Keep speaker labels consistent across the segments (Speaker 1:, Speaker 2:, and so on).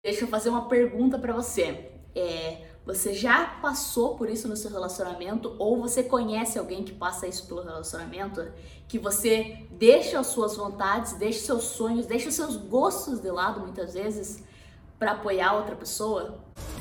Speaker 1: Deixa eu fazer uma pergunta pra você. Você já passou por isso no seu relacionamento ou você conhece alguém que passa isso pelo relacionamento? Que você deixa as suas vontades, deixa os seus sonhos, deixa os seus gostos de lado muitas vezes pra apoiar outra pessoa?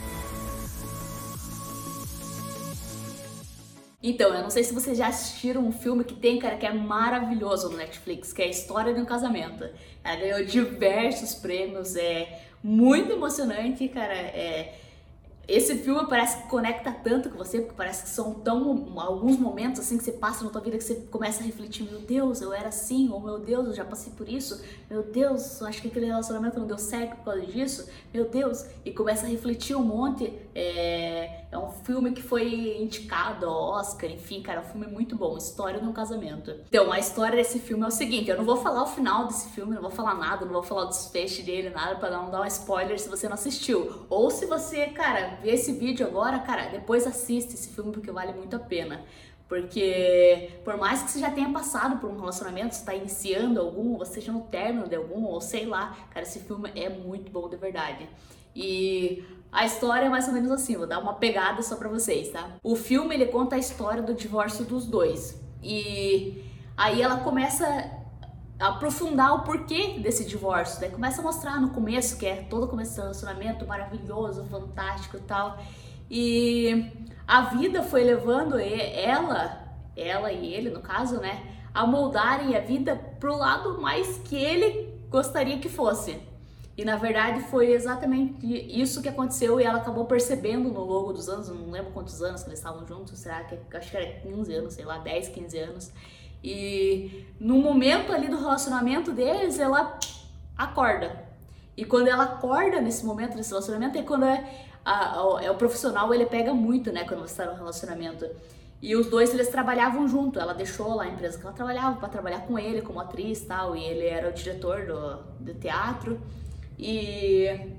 Speaker 1: Então, eu não sei se vocês já assistiram um filme que tem, cara, que é maravilhoso no Netflix, que é a História de um Casamento. Ela ganhou diversos prêmios, é muito emocionante, cara. Esse filme parece que conecta tanto com você, porque parece que são alguns momentos assim que você passa na tua vida que você começa a refletir, meu Deus, eu era assim, ou meu Deus, eu já passei por isso, meu Deus, eu acho que aquele relacionamento não deu certo por causa disso, meu Deus, e começa a refletir um monte. É um filme que foi indicado ao Oscar, enfim, cara, é um filme muito bom, História de um Casamento. Então, a história desse filme é o seguinte, eu não vou falar o final desse filme, não vou falar nada, não vou falar o desfecho dele, nada, pra não dar um spoiler se você não assistiu. Ou se você, cara, ver esse vídeo agora, cara, depois assiste esse filme porque vale muito a pena. Porque por mais que você já tenha passado por um relacionamento, você está iniciando algum, ou você esteja no término de algum, ou sei lá, cara, esse filme é muito bom de verdade. E a história é mais ou menos assim, vou dar uma pegada só pra vocês, tá? O filme, ele conta a história do divórcio dos dois. E aí ela começa aprofundar o porquê desse divórcio. Daí começa a mostrar no começo, que é todo o começo do relacionamento maravilhoso, fantástico e tal. E a vida foi levando ela e ele, no caso, né, a moldarem a vida pro lado mais que ele gostaria que fosse. E na verdade foi exatamente isso que aconteceu e ela acabou percebendo no longo dos anos, eu não lembro quantos anos que eles estavam juntos, será que acho que era 15 anos, sei lá, 10, 15 anos. E no momento ali do relacionamento deles, ela acorda. E quando ela acorda nesse momento desse relacionamento é quando o profissional, ele pega muito, né, quando você está no relacionamento. E os dois, eles trabalhavam junto. Ela deixou lá a empresa que ela trabalhava para trabalhar com ele como atriz e tal, e ele era o diretor do teatro. E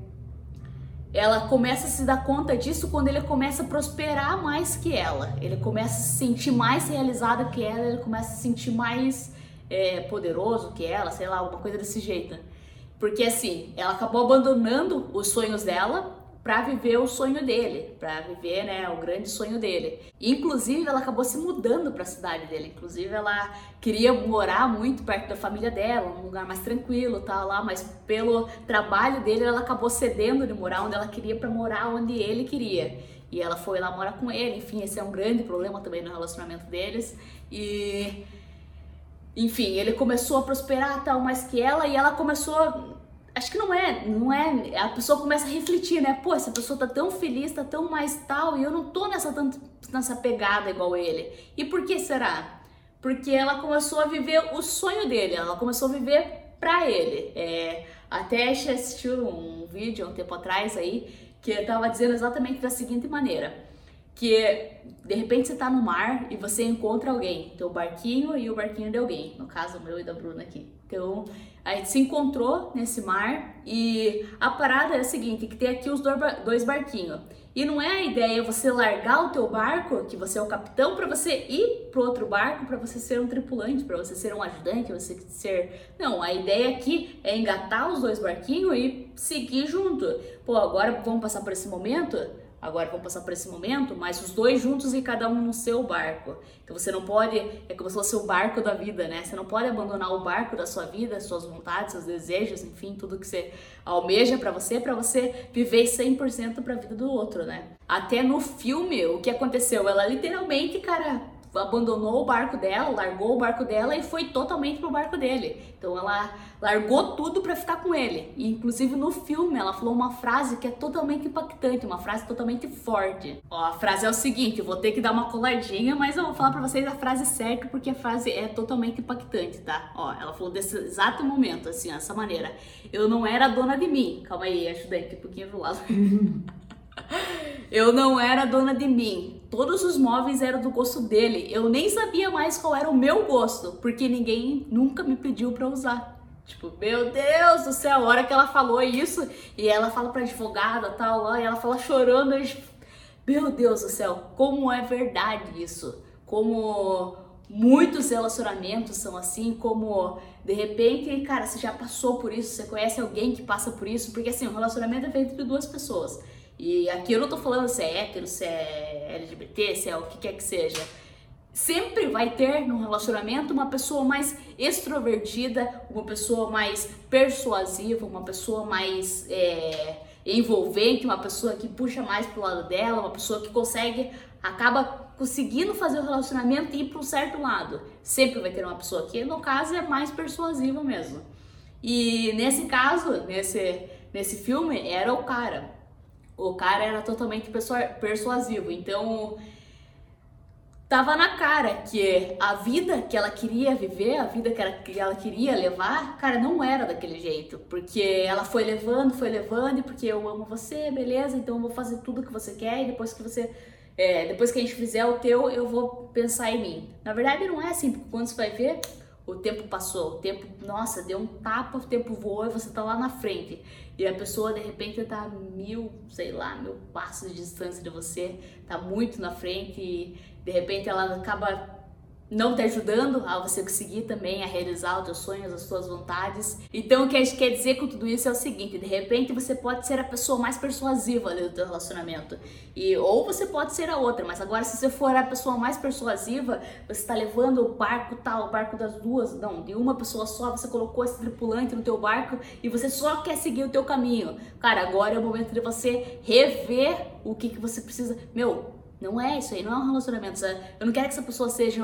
Speaker 1: ela começa a se dar conta disso quando ele começa a prosperar mais que ela. Ele começa a se sentir mais realizado que ela, ele começa a se sentir mais poderoso que ela, sei lá, alguma coisa desse jeito. Porque assim, ela acabou abandonando os sonhos dela para viver o sonho dele, para viver, né, o grande sonho dele. Inclusive, ela acabou se mudando para a cidade dele. Inclusive, ela queria morar muito perto da família dela, num lugar mais tranquilo, tá lá, mas pelo trabalho dele, ela acabou cedendo de morar onde ela queria para morar onde ele queria. E ela foi lá morar com ele. Enfim, esse é um grande problema também no relacionamento deles. E enfim, ele começou a prosperar tal mais que ela e ela começou, acho que não é, a pessoa começa a refletir, né? Pô, essa pessoa tá tão feliz, tá tão mais tal e eu não tô nessa pegada igual ele. E por que será? Porque ela começou a viver o sonho dele, ela começou a viver pra ele. Até assisti um vídeo um tempo atrás aí que eu tava dizendo exatamente da seguinte maneira. Que de repente você tá no mar e você encontra alguém, teu barquinho e o barquinho de alguém, no caso o meu e da Bruna aqui. Então a gente se encontrou nesse mar e a parada é a seguinte, que tem aqui os dois barquinhos. E não é a ideia você largar o teu barco, que você é o capitão, para você ir pro outro barco, para você ser um tripulante, para você ser um ajudante, você ser... Não, a ideia aqui é engatar os dois barquinhos e seguir junto. Pô, agora vamos passar por esse momento? Agora vamos passar por esse momento, mas os dois juntos e cada um no seu barco. Então você não pode, é como se fosse o barco da vida, né? Você não pode abandonar o barco da sua vida, suas vontades, seus desejos, enfim, tudo que você almeja pra você viver 100% pra vida do outro, né? Até no filme, o que aconteceu? Ela literalmente, cara, abandonou o barco dela, largou o barco dela e foi totalmente pro barco dele. Então ela largou tudo pra ficar com ele. E inclusive no filme ela falou uma frase que é totalmente impactante, uma frase totalmente forte. Ó, a frase é o seguinte, eu vou ter que dar uma coladinha, mas eu vou falar pra vocês a frase certa porque a frase é totalmente impactante, tá? Ó, ela falou desse exato momento, assim, dessa maneira. Eu não era dona de mim. Calma aí, ajudei um pouquinho pro lado. Eu não era dona de mim. Todos os móveis eram do gosto dele. Eu nem sabia mais qual era o meu gosto, porque ninguém nunca me pediu pra usar. Tipo, meu Deus do céu, a hora que ela falou isso, e ela fala pra advogada tal lá, e ela fala chorando, meu Deus do céu, como é verdade isso. Como Muitos relacionamentos são assim, como de repente, cara, você já passou por isso, você conhece alguém que passa por isso, porque assim, o relacionamento é feito de duas pessoas. E aqui eu não tô falando se é hétero, se é LGBT, se é o que quer que seja. Sempre vai ter no relacionamento uma pessoa mais extrovertida, uma pessoa mais persuasiva, uma pessoa mais envolvente, uma pessoa que puxa mais pro lado dela, uma pessoa que acaba conseguindo fazer o relacionamento e ir para um certo lado. Sempre vai ter uma pessoa que, no caso, é mais persuasiva mesmo. E nesse caso, nesse filme, era o cara. O cara era totalmente persuasivo, então tava na cara que a vida que ela queria viver, a vida que ela queria levar, cara, não era daquele jeito. Porque ela foi levando, e porque eu amo você, beleza, então eu vou fazer tudo que você quer e depois que a gente fizer o teu, eu vou pensar em mim. Na verdade não é assim, porque quando você vai ver, o tempo passou, o tempo, nossa, deu um tapa, o tempo voou e você tá lá na frente. E a pessoa, de repente, tá mil passos de distância de você, tá muito na frente e, de repente, ela acaba não te ajudando a você conseguir também a realizar os teus sonhos, as suas vontades. Então o que a gente quer dizer com tudo isso é o seguinte: de repente você pode ser a pessoa mais persuasiva ali do teu relacionamento, ou você pode ser a outra, mas agora se você for a pessoa mais persuasiva, você está levando o barco das duas, não, de uma pessoa só, você colocou esse tripulante no teu barco e você só quer seguir o teu caminho. Cara, agora é o momento de você rever o que você precisa. Não é isso aí, não é um relacionamento. Eu não quero que essa pessoa seja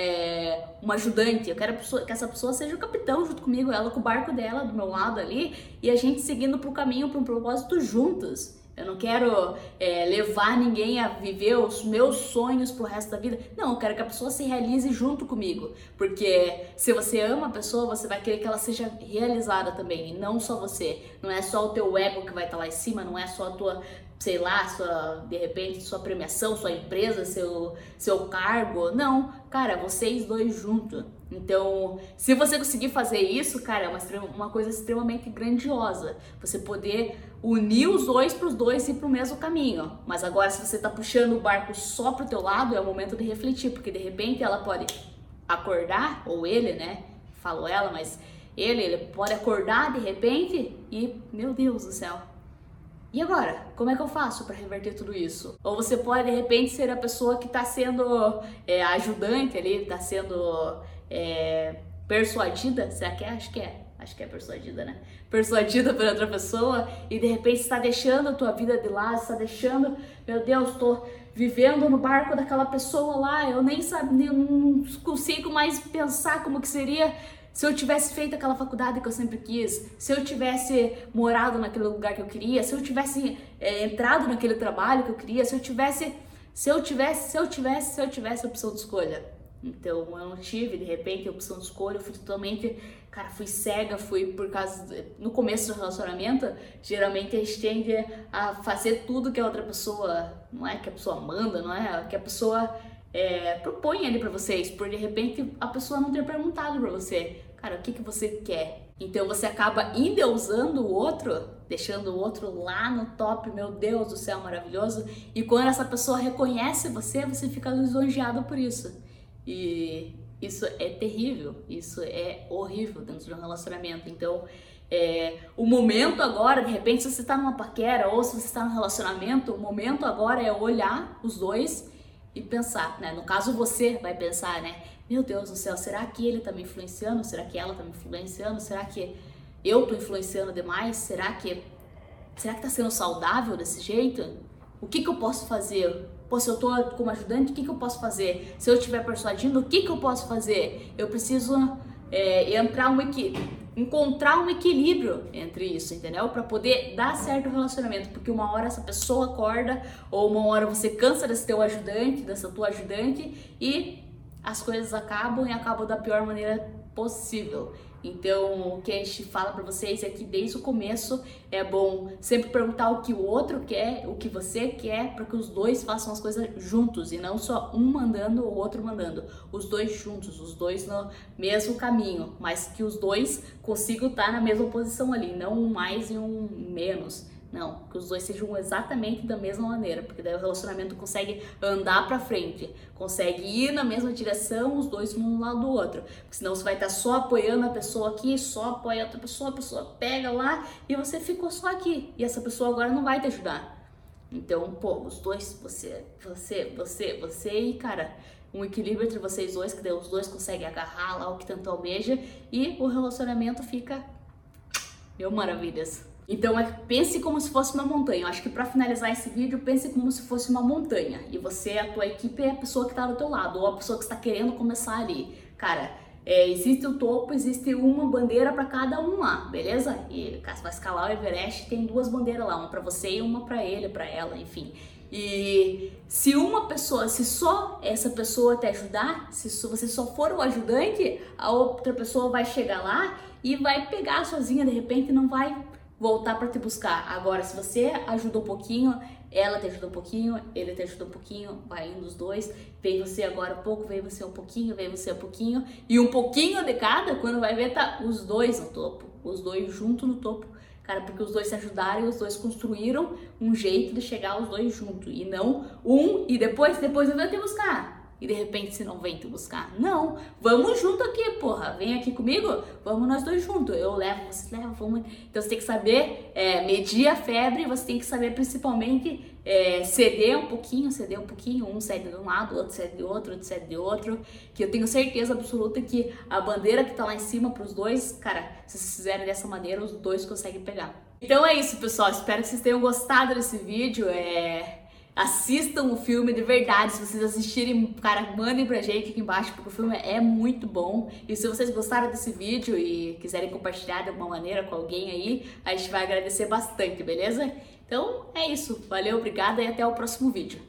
Speaker 1: uma ajudante, eu quero que essa pessoa seja o capitão junto comigo, ela com o barco dela do meu lado ali, e a gente seguindo pro caminho, para um propósito juntos. Eu não quero levar ninguém a viver os meus sonhos pro resto da vida. Não, eu quero que a pessoa se realize junto comigo. Porque se você ama a pessoa, você vai querer que ela seja realizada também, e não só você. Não é só o teu ego que vai estar lá em cima, não é só a tua, sei lá, de repente, sua premiação, sua empresa, seu cargo. Não, cara, vocês dois juntos. Então, se você conseguir fazer isso, cara, é uma coisa extremamente grandiosa. Você poder unir os dois para os dois ir para o mesmo caminho. Mas agora, se você tá puxando o barco só pro teu lado, é o momento de refletir, porque de repente ela pode acordar, ou ele, né? Falo ela, mas ele pode acordar de repente e, meu Deus do céu, e agora? Como é que eu faço para reverter tudo isso? Ou você pode, de repente, ser a pessoa que está sendo ajudante ali, está sendo persuadida. Será que é? Acho que é persuadida, né? Persuadida por outra pessoa e, de repente, está deixando a tua vida de lado, está deixando, meu Deus, estou vivendo no barco daquela pessoa lá, eu nem não consigo mais pensar como que seria se eu tivesse feito aquela faculdade que eu sempre quis, se eu tivesse morado naquele lugar que eu queria, se eu tivesse entrado naquele trabalho que eu queria, se eu tivesse a opção de escolha. Então eu não tive, de repente, a opção de escolha, eu fui totalmente, cara, fui cega, no começo do relacionamento, geralmente a gente tende a fazer tudo que a outra pessoa, não é que a pessoa manda, não é que a pessoa propõe ali pra vocês, por de repente a pessoa não ter perguntado pra você, cara, o que você quer? Então você acaba endeusando o outro, deixando o outro lá no top, meu Deus do céu, maravilhoso, e quando essa pessoa reconhece você fica lisonjeado por isso. E isso é terrível, isso é horrível dentro de um relacionamento. Então, o momento agora, de repente, se você tá numa paquera ou se você tá num relacionamento, o momento agora é olhar os dois e pensar, né? No caso, você vai pensar, né? Meu Deus do céu, será que ele tá me influenciando? Será que ela tá me influenciando? Será que eu tô influenciando demais? Será que tá sendo saudável desse jeito? O que eu posso fazer? Pô, se eu tô como ajudante, o que eu posso fazer? Se eu estiver persuadindo, o que eu posso fazer? Eu preciso encontrar um equilíbrio entre isso, entendeu? Para poder dar certo o relacionamento, porque uma hora essa pessoa acorda, ou uma hora você cansa desse teu ajudante, dessa tua ajudante, e as coisas acabam da pior maneira possível. Então, o que a gente fala pra vocês é que desde o começo é bom sempre perguntar o que o outro quer, o que você quer, para que os dois façam as coisas juntos e não só um mandando ou o outro mandando. Os dois juntos, os dois no mesmo caminho, mas que os dois consigam estar na mesma posição ali, não um mais e um menos. Não, que os dois sejam exatamente da mesma maneira, porque daí o relacionamento consegue andar pra frente, consegue ir na mesma direção, os dois um lado do outro. Porque senão você vai estar só apoiando a pessoa aqui, só apoia a outra pessoa, a pessoa pega lá e você ficou só aqui. E essa pessoa agora não vai te ajudar. Então, pô, os dois, você e, cara, um equilíbrio entre vocês dois, que daí os dois conseguem agarrar lá o que tanto almeja e o relacionamento fica mil maravilhas. Então, pense como se fosse uma montanha. Eu acho que pra finalizar esse vídeo, pense como se fosse uma montanha. E você, a tua equipe, é a pessoa que tá do teu lado, ou a pessoa que está querendo começar ali. Cara, existe o topo, existe uma bandeira para cada um lá, beleza? E caso vai escalar o Everest, tem 2 bandeiras lá, uma para você e uma para ele, para ela, enfim. E se uma pessoa, se só essa pessoa te ajudar, se você só for o ajudante, a outra pessoa vai chegar lá e vai pegar sozinha, de repente não vai voltar para te buscar. Agora, se você ajuda um pouquinho, ela te ajuda um pouquinho, ele te ajuda um pouquinho, vai indo os dois, vem você agora um pouco, vem você um pouquinho, vem você um pouquinho, e um pouquinho de cada, quando vai ver, tá os dois no topo, os dois juntos no topo. Cara, porque os dois se ajudaram e os dois construíram um jeito de chegar os dois juntos, e não um e depois eu venho te buscar. E de repente você não vem te buscar. Não, vamos junto aqui, porra. Vem aqui comigo, vamos nós dois juntos. Eu levo, você leva, vamos. Então você tem que saber medir a febre, você tem que saber principalmente ceder um pouquinho. Um cede de um lado, outro cede de outro outro. Que eu tenho certeza absoluta que a bandeira que tá lá em cima pros dois, cara, se vocês fizerem dessa maneira, os dois conseguem pegar. Então é isso, pessoal. Espero que vocês tenham gostado desse vídeo. Assistam o filme de verdade. Se vocês assistirem, cara, mandem pra gente aqui embaixo, porque o filme é muito bom. E se vocês gostaram desse vídeo e quiserem compartilhar de alguma maneira com alguém aí, a gente vai agradecer bastante, beleza? Então é isso. Valeu, obrigada e até o próximo vídeo.